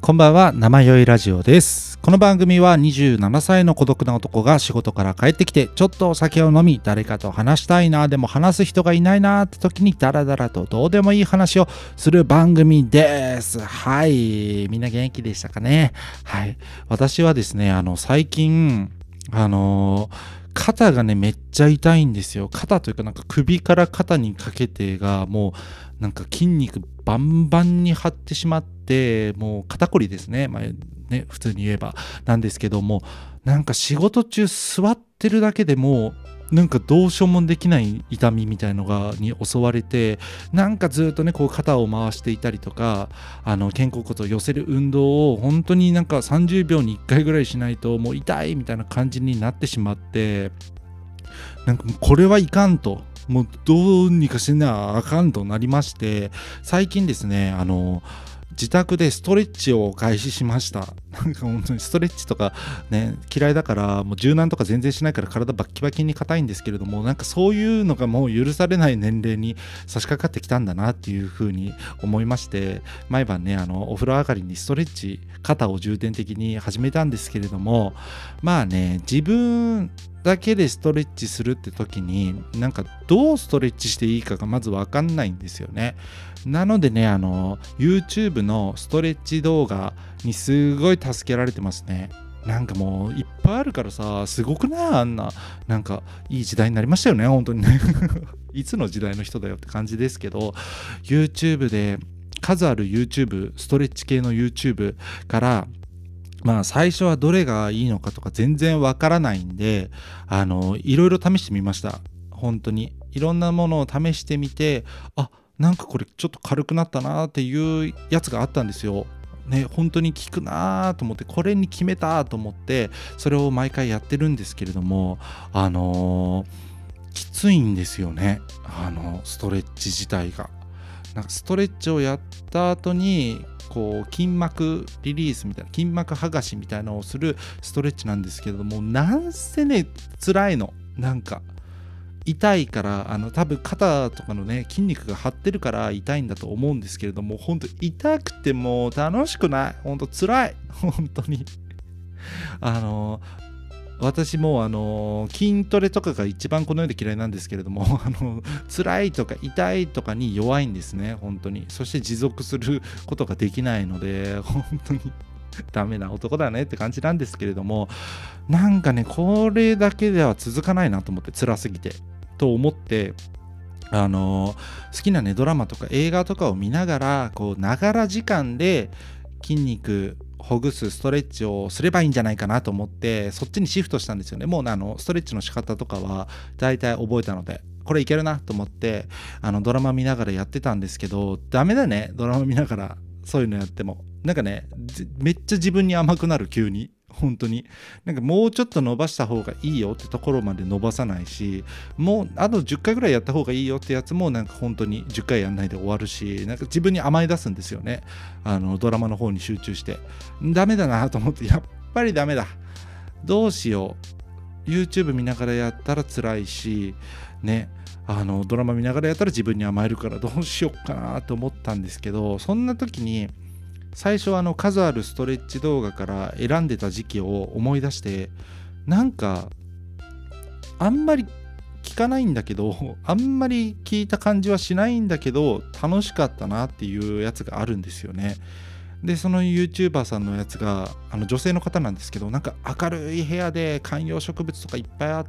こんばんは、生酔いラジオです。この番組は27歳の孤独な男が仕事から帰ってきてちょっとお酒を飲み、誰かと話したいな、でも話す人がいないなって時にダラダラとどうでもいい話をする番組です。はい、みんな元気でしたかね。はい、私はですね、最近肩がねめっちゃ痛いんですよ。肩というかなんか首から肩にかけてがもうなんか筋肉バンバンに張ってしまって、もう肩こりですね。ね、普通に言えばなんですけども、なんか仕事中座ってるだけでもなんかどうしようもできない痛みみたいのに襲われて、なんかずっとねこう肩を回していたりとか、肩甲骨を寄せる運動を本当になんか30秒に1回ぐらいしないともう痛いみたいな感じになってしまって、なんかもうこれはいかんと、もうどうにかしなあかんとなりまして、最近ですね自宅でストレッチを開始しました。なんか本当にストレッチとかね嫌いだから、もう柔軟とか全然しないから体バッキバキに硬いんですけれども、なんかそういうのがもう許されない年齢に差し掛かってきたんだなっていうふうに思いまして、毎晩ねお風呂上がりにストレッチ、肩を重点的に始めたんですけれども、まあね自分だけでストレッチするって時になんかどうストレッチしていいかがまず分かんないんですよね。なのでねYouTube のストレッチ動画にすごい助けられてますね。なんかもういっぱいあるからさ、すごくない？あんななんかいい時代になりましたよね、本当にね。いつの時代の人だよって感じですけど、 YouTube で数ある YouTube ストレッチ系の YouTube から、まあ最初はどれがいいのかとか全然わからないんで、いろいろ試してみました。本当にいろんなものを試してみて、なんかこれちょっと軽くなったなっていうやつがあったんですよ。ね、本当に効くなと思って、これに決めたと思ってそれを毎回やってるんですけれども、きついんですよね、ストレッチ自体が。なんかストレッチをやった後にこう筋膜リリースみたいな、筋膜剥がしみたいなのをするストレッチなんですけれども、なんせね辛いの。なんか痛いから、多分肩とかのね筋肉が張ってるから痛いんだと思うんですけれども、本当痛くても楽しくない、本当辛い、本当に。あの私も筋トレとかが一番この世で嫌いなんですけれども、辛いとか痛いとかに弱いんですね、本当に。そして持続することができないので、本当にダメな男だねって感じなんですけれども、なんかねこれだけでは続かないなと思って、辛すぎてと思って、好きなねドラマとか映画とかを見ながら、こうながら時間で筋肉ほぐすストレッチをすればいいんじゃないかなと思って、そっちにシフトしたんですよね。もうねストレッチの仕方とかは大体覚えたので、これいけるなと思ってドラマ見ながらやってたんですけど、ダメだね、ドラマ見ながらそういうのやっても。なんかねめっちゃ自分に甘くなる、急に。本当になんかもうちょっと伸ばした方がいいよってところまで伸ばさないし、もうあと10回ぐらいやった方がいいよってやつもなんか本当に10回やんないで終わるし、なんか自分に甘え出すんですよね、ドラマの方に集中して。ダメだなと思って、やっぱりダメだ、どうしよう、 YouTube 見ながらやったら辛いしね、ドラマ見ながらやったら自分に甘えるからどうしようかなと思ったんですけど、そんな時に最初数あるストレッチ動画から選んでた時期を思い出して、なんかあんまり聞かないんだけど、あんまり聞いた感じはしないんだけど楽しかったなっていうやつがあるんですよね。でその YouTuber さんのやつが女性の方なんですけど、なんか明るい部屋で観葉植物とかいっぱいあって、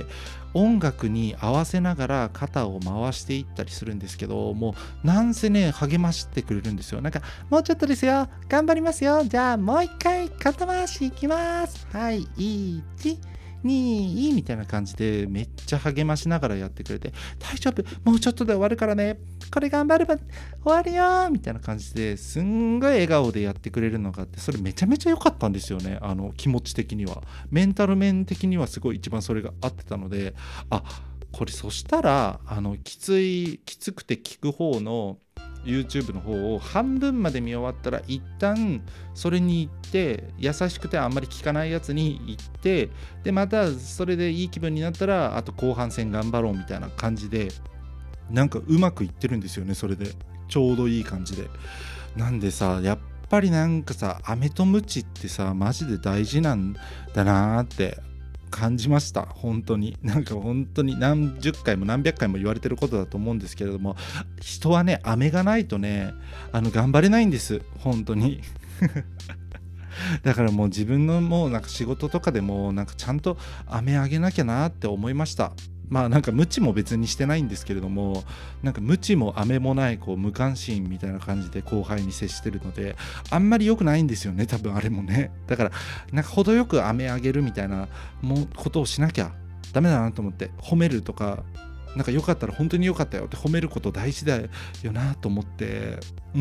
音楽に合わせながら肩を回していったりするんですけど、もうなんせね励ましてくれるんですよ。なんかもうちょっとですよ、頑張りますよ、じゃあもう一回肩回しいきます、はい1、2みたいな感じでめっちゃ励ましながらやってくれて、大丈夫、もうちょっとで終わるからね、これ頑張れば終わるよみたいな感じですんごい笑顔でやってくれるのがあって、それめちゃめちゃ良かったんですよね。気持ち的には、メンタル面的にはすごい一番それが合ってたので、これそしたらきつくて聞く方の YouTube の方を半分まで見終わったら一旦それに行って、優しくてあんまり聞かないやつに行って、でまたそれでいい気分になったらあと後半戦頑張ろうみたいな感じで、なんかうまくいってるんですよね、それでちょうどいい感じで。なんでさ、やっぱりなんかさ、飴とムチってさマジで大事なんだなーって感じました。本当になんか本当に何十回も何百回も言われてることだと思うんですけれども、人はね飴がないとね頑張れないんです本当に。だからもう自分のもうなんか仕事とかでもなんかちゃんと飴あげなきゃなって思いました。まあなんか無知も別にしてないんですけれども、なんか無知も飴もないこう無関心みたいな感じで後輩に接してるので、あんまり良くないんですよね多分あれもね。だからなんか程よく飴あげるみたいなことをしなきゃダメだなと思って、褒めるとかなんか良かったら本当に良かったよって褒めること大事だよなと思って、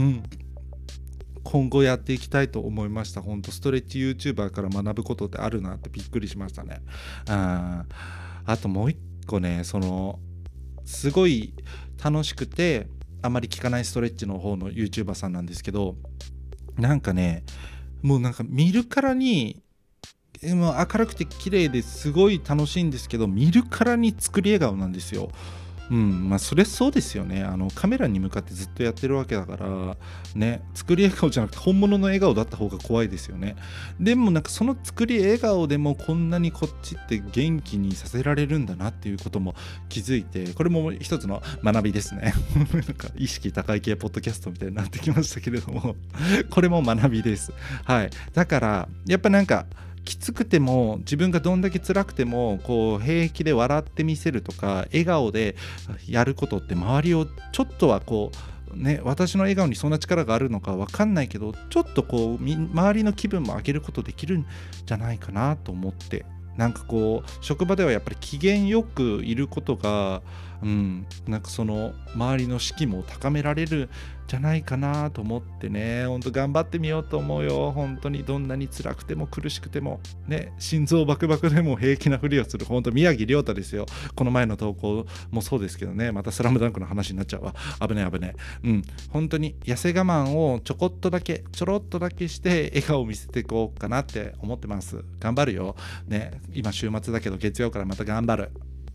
今後やっていきたいと思いました。本当ストレッチ YouTuber から学ぶことってあるなってびっくりしましたね。あともう一個ね、すごい楽しくてあまり聞かないストレッチの方の YouTuber さんなんですけど、なんかねもうなんか見るからにもう明るくて綺麗ですごい楽しいんですけど、見るからに作り笑顔なんですよ。まあそれそうですよね。カメラに向かってずっとやってるわけだからね、作り笑顔じゃなくて本物の笑顔だった方が怖いですよね。でもなんかその作り笑顔でもこんなにこっちって元気にさせられるんだなっていうことも気づいて、これも一つの学びですね。なんか意識高い系ポッドキャストみたいになってきましたけれども、これも学びです。はい。だからやっぱなんかきつくても自分がどんだけ辛くてもこう平気で笑ってみせるとか笑顔でやることって周りをちょっとはこうね、私の笑顔にそんな力があるのかわかんないけど、ちょっとこう周りの気分も上げることできるんじゃないかなと思って、なんかこう職場ではやっぱり機嫌よくいることが、なんかその周りの士気も高められるんじゃないかなと思ってね、ほんと頑張ってみようと思うよ。本当にどんなに辛くても苦しくてもね、心臓バクバクでも平気なふりをする、本当宮城亮太ですよ。この前の投稿もそうですけどね、またスラムダンクの話になっちゃうわ。危ね危ね。本当に痩せ我慢をちょろっとだけして笑顔を見せていこうかなって思ってます。頑張るよね。今週末だけど月曜からまた頑張る。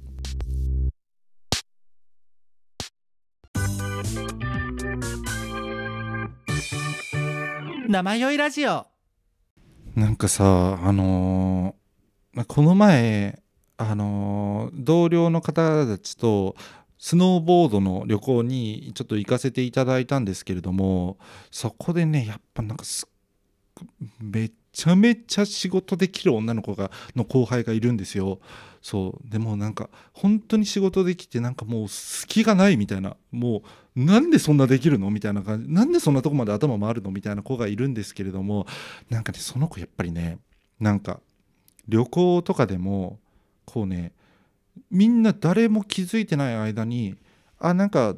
生酔いラジオ。なんかさこの前同僚の方たちとスノーボードの旅行にちょっと行かせていただいたんですけれども、そこでねやっぱなんかめちゃめちゃ仕事できる女の子の後輩がいるんですよ。そうでもなんか本当に仕事できて、なんかもう隙がないみたいな、もうなんでそんなできるのみたいな感じ、なんでそんなとこまで頭回るのみたいな子がいるんですけれども、なんかねその子やっぱりね、なんか旅行とかでもこうね、みんな誰も気づいてない間になんか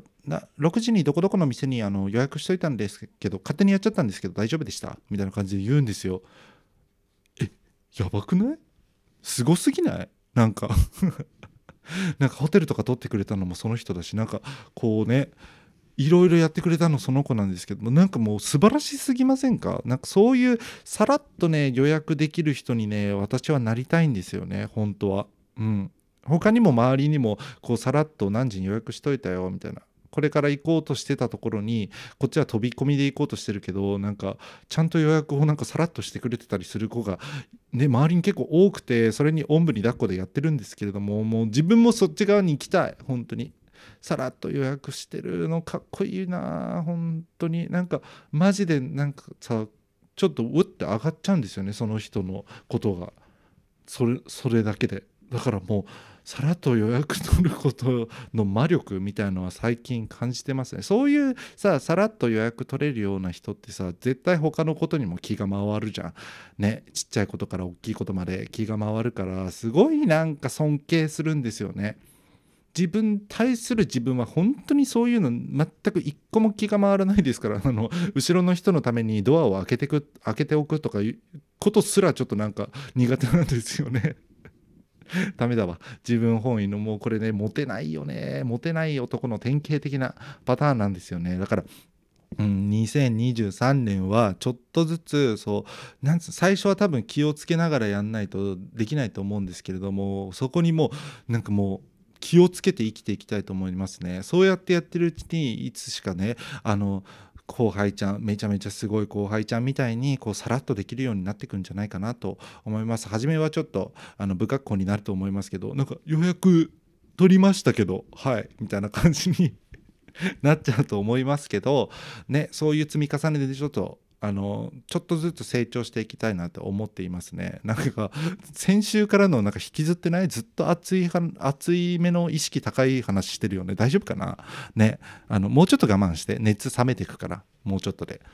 6時にどこどこの店に予約しといたんですけど勝手にやっちゃったんですけど大丈夫でしたみたいな感じで言うんですよ。やばくない？すごすぎない？なんかなんかホテルとか取ってくれたのもその人だし、なんかこうねいろいろやってくれたのその子なんですけども、なんかもう素晴らしすぎませんか？なんかそういうさらっとね予約できる人にね私はなりたいんですよね本当は。他にも周りにもこうさらっと何時に予約しといたよみたいな、これから行こうとしてたところにこっちは飛び込みで行こうとしてるけど、なんかちゃんと予約をなんかさらっとしてくれてたりする子がね周りに結構多くて、それにおんぶに抱っこでやってるんですけれども、もう自分もそっち側に行きたい。本当にさらっと予約してるのかっこいいな。本当になんかマジでなんかさ、ちょっとうって上がっちゃうんですよね、その人のことが。それだけで。だからもうさらっと予約取ることの魔力みたいなのは最近感じてますね。そういうさらっと予約取れるような人ってさ、絶対他のことにも気が回るじゃんね。ちっちゃいことから大きいことまで気が回るから、すごいなんか尊敬するんですよね。対する自分は本当にそういうの全く一個も気が回らないですから、後ろの人のためにドアを開けておくとかいうことすらちょっとなんか苦手なんですよね。ダメだわ、自分本位の、もうこれねモテないよね、モテない男の典型的なパターンなんですよね。だから2023年はちょっとずつ最初は多分気をつけながらやんないとできないと思うんですけれども、そこにもうなんかもう気をつけて生きていきたいと思いますね。そうやってやってるうちにいつしかね後輩ちゃん、めちゃめちゃすごい後輩ちゃんみたいにこうさらっとできるようになってくんじゃないかなと思います。初めはちょっと不格好になると思いますけど、なんか予約取りましたけどはいみたいな感じになっちゃうと思いますけどね、そういう積み重ねでちょっとずつ成長していきたいなと思っていますね。なんか先週からのなんか引きずってない、ずっと熱い目の意識高い話してるよね。大丈夫かなね。もうちょっと我慢して熱冷めていくから、もうちょっとで。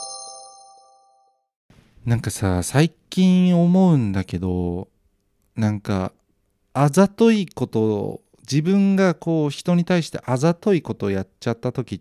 なんかさ、最近思うんだけど、なんかあざといことを、自分がこう人に対してあざといことをやっちゃった時って、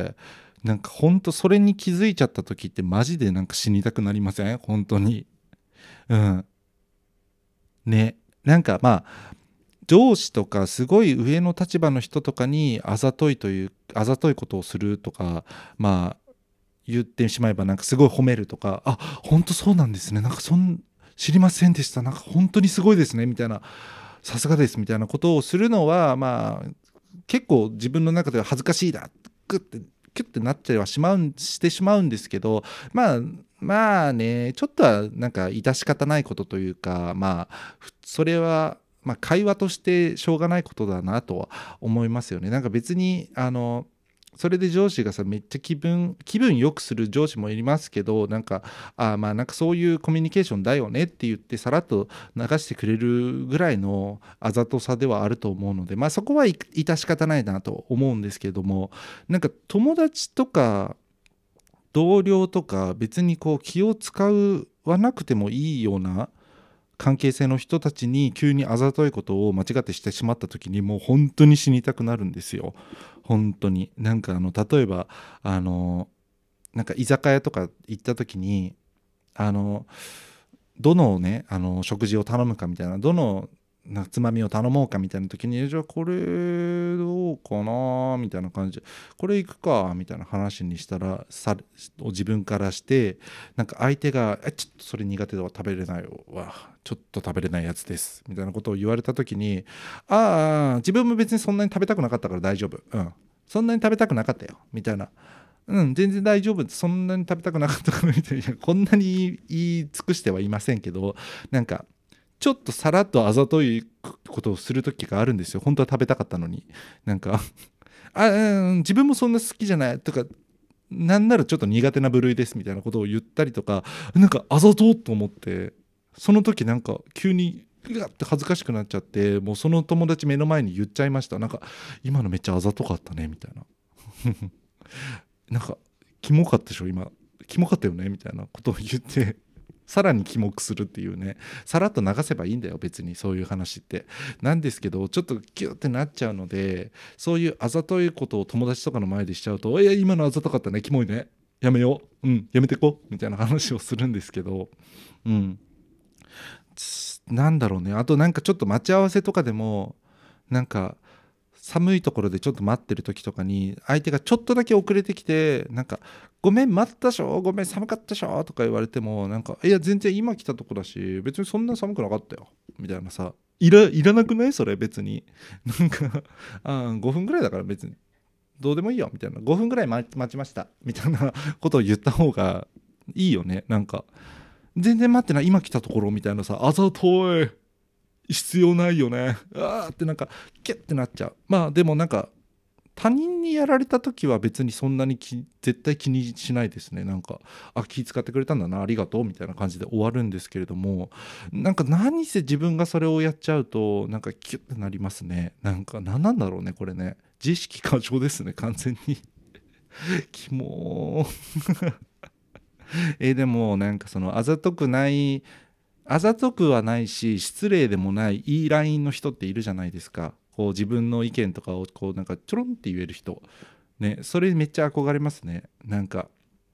なんかほんとそれに気づいちゃった時ってマジでなんか死にたくなりません？本当に。うんね。なんかまあ上司とかすごい上の立場の人とかにあざといことをするとか、まあ言ってしまえばなんかすごい褒めるとか、あ、本当そうなんですね、なんか知りませんでした、なんか本当にすごいですねみたいな、さすがですみたいなことをするのは、まあ結構自分の中では恥ずかしいだ、キュッてなってはしてしまうんですけど、まあね、ちょっとはなんか致し方ないことというか、まあそれはまあ会話としてしょうがないことだなとは思いますよね。なんか別にそれで上司がさ、めっちゃ気分良くする上司もいますけど、なんかまあなんかそういうコミュニケーションだよねって言ってさらっと流してくれるぐらいのあざとさではあると思うので、まあそこは致し方ないなと思うんですけども、なんか友達とか同僚とか別にこう気を使わなくてもいいような関係性の人たちに急にあざといことを間違ってしてしまった時に、もう本当に死にたくなるんですよ。本当になんか例えばなんか居酒屋とか行った時にあのどのね食事を頼むかみたいな、どのつまみを頼もうかみたいな時に、じゃあこれどうかなみたいな感じで、これいくかみたいな話にしたら自分からして、なんか相手がちょっとそれ苦手だわ、食べれないわ、ちょっと食べれないやつですみたいなことを言われた時に、自分も別にそんなに食べたくなかったから大丈夫、そんなに食べたくなかったよみたいな、全然大丈夫、そんなに食べたくなかったからみたいな、こんなに言い尽くしてはいませんけど、なんかちょっとさらっとあざといことをする時があるんですよ。本当は食べたかったのに。なんか自分もそんな好きじゃないとか、なんならちょっと苦手な部類ですみたいなことを言ったりとか、なんかあざとと思って、その時なんか急にうわって恥ずかしくなっちゃって、もうその友達目の前に言っちゃいました。なんか今のめっちゃあざとかったねみたいな。なんかキモかったでしょ今、キモかったよねみたいなことを言って、さらにキモくするっていうね。さらっと流せばいいんだよ別に、そういう話ってなんですけど、ちょっとキュッてなっちゃうので、そういうあざといことを友達とかの前でしちゃうと、いや今のあざとかったね、キモいね、やめよう、やめてこみたいな話をするんですけど、うんなんだろうね。あとなんかちょっと待ち合わせとかでも、なんか寒いところでちょっと待ってる時とかに相手がちょっとだけ遅れてきて、なんかごめん待ったでしょ、ごめん寒かったでしょとか言われても、なんかいや全然今来たとこだし別にそんな寒くなかったよみたいなさ、いらなくないそれ別に。なんか5分ぐらいだから別にどうでもいいよみたいな、5分ぐらい待ちましたみたいなことを言った方がいいよね。なんか全然待ってない、今来たところみたいなさ、あざとい必要ないよね、ってなんかキュッてなっちゃう。まあでもなんか他人にやられた時は別にそんなに絶対気にしないですね。なんか気遣ってくれたんだな、ありがとうみたいな感じで終わるんですけれども、なんか何せ自分がそれをやっちゃうとなんかキュッてなりますね。なんか何なんだろうねこれね、自意識過剰ですね完全に。キモーでもなんかそのあざとくはないし失礼でもないいいラインの人っているじゃないですか。こう自分の意見とかをこうなんかちょろんって言える人ね、それめっちゃ憧れますね。なんか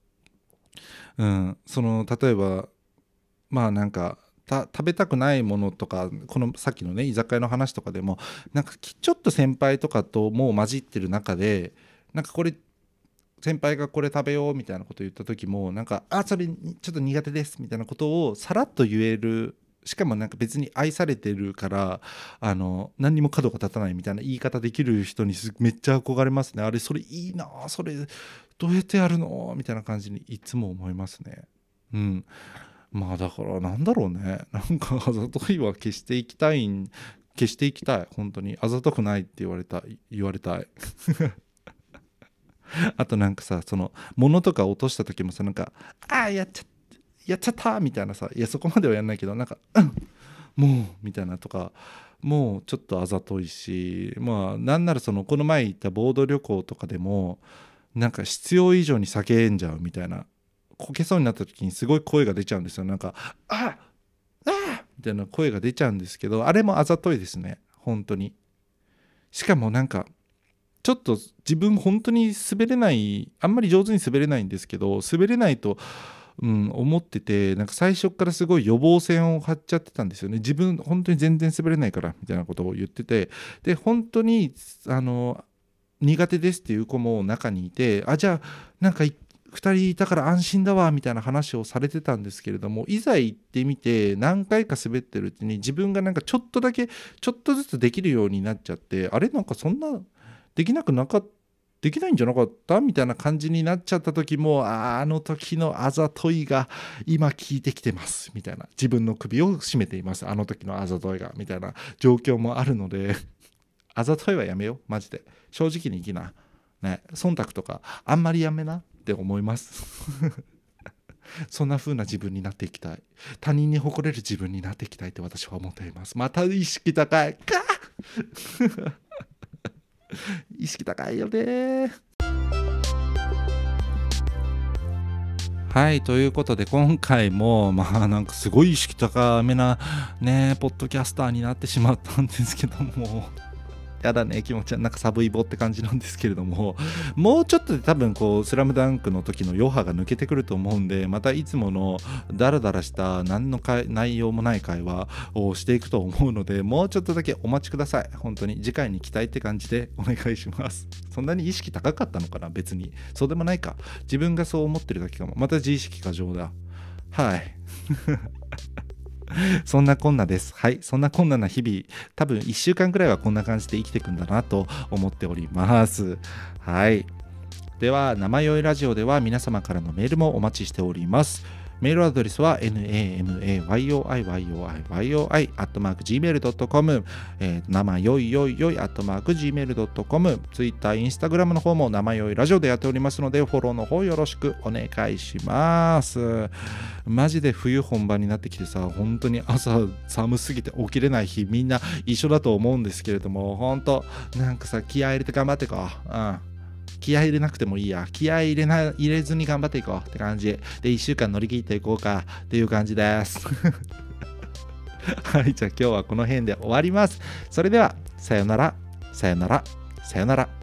例えばまあなんか食べたくないものとか、このさっきのね居酒屋の話とかでも、なんかちょっと先輩とかともう混じってる中で、なんかこれ先輩がこれ食べようみたいなことを言った時も、なんかそれちょっと苦手ですみたいなことをさらっと言えるしかもなんか別に愛されてるから何にも角が立たないみたいな言い方できる人にめっちゃ憧れますね。あれそれいいな、それどうやってやるのみたいな感じにいつも思いますね。うん。まあだからなんだろうね、なんかあざといは消していきたい。本当にあざとくないって言われたい。あとなんかさ、その物とか落とした時もさ、なんかやっちゃったみたいなさ、いやそこまではやんないけど、なんかもうみたいなとか、もうちょっとあざといし、まあなんならそのこの前行ったボード旅行とかでも、なんか必要以上に叫んじゃうみたいな、こけそうになった時にすごい声が出ちゃうんですよ。なんかみたいな声が出ちゃうんですけど、あれもあざといですね、本当に。しかもなんかちょっと自分本当に滑れない、あんまり上手に滑れないんですけど、滑れないと、思ってて、なんか最初からすごい予防線を張っちゃってたんですよね。自分本当に全然滑れないからみたいなことを言ってて、で本当に苦手ですっていう子も中にいて、じゃあなんか2人いたから安心だわみたいな話をされてたんですけれども、いざ行ってみて何回か滑ってるうちに自分がなんかちょっとずつできるようになっちゃって、あれなんかそんなできないんじゃなかったみたいな感じになっちゃった時も、あの時のあざといが今効いてきてますみたいな、自分の首を絞めています、あの時のあざといがみたいな状況もあるのであざといはやめよう、マジで正直に生きな、ね、忖度とかあんまりやめなって思いますそんな風な自分になっていきたい、他人に誇れる自分になっていきたいって私は思っています。また意識高いか意識高いよね。はい、ということで今回もなんかすごい意識高めなねポッドキャスターになってしまったんですけども、やだね、気持ちはなんかサブイボって感じなんですけれども、もうちょっとで多分こうスラムダンクの時の余波が抜けてくると思うんで、またいつものダラダラした何の内容もない会話をしていくと思うので、もうちょっとだけお待ちください。本当に次回に期待って感じでお願いします。そんなに意識高かったのかな、別にそうでもないか、自分がそう思ってるだけかも。また自意識過剰だ。はいそんなこんなです。はい、そんなこんなな日々、多分1週間くらいはこんな感じで生きていくんだなと思っております。はい。では、生酔いラジオでは皆様からのメールもお待ちしております。メールアドレスは namayoiyoi@gmail.com、生よいよいよい @gmail.com、 Twitter、Instagram の方も生よいラジオでやっておりますので、フォローの方よろしくお願いします。マジで冬本番になってきてさ、本当に朝寒すぎて起きれない日みんな一緒だと思うんですけれども、本当なんかさ、気合い入れて頑張っていこう。気合い入れなくてもいいや。気合い入れずに頑張っていこうって感じで、1週間乗り切っていこうかっていう感じですはい、じゃあ今日はこの辺で終わります。それではさよなら、さよなら、さよなら。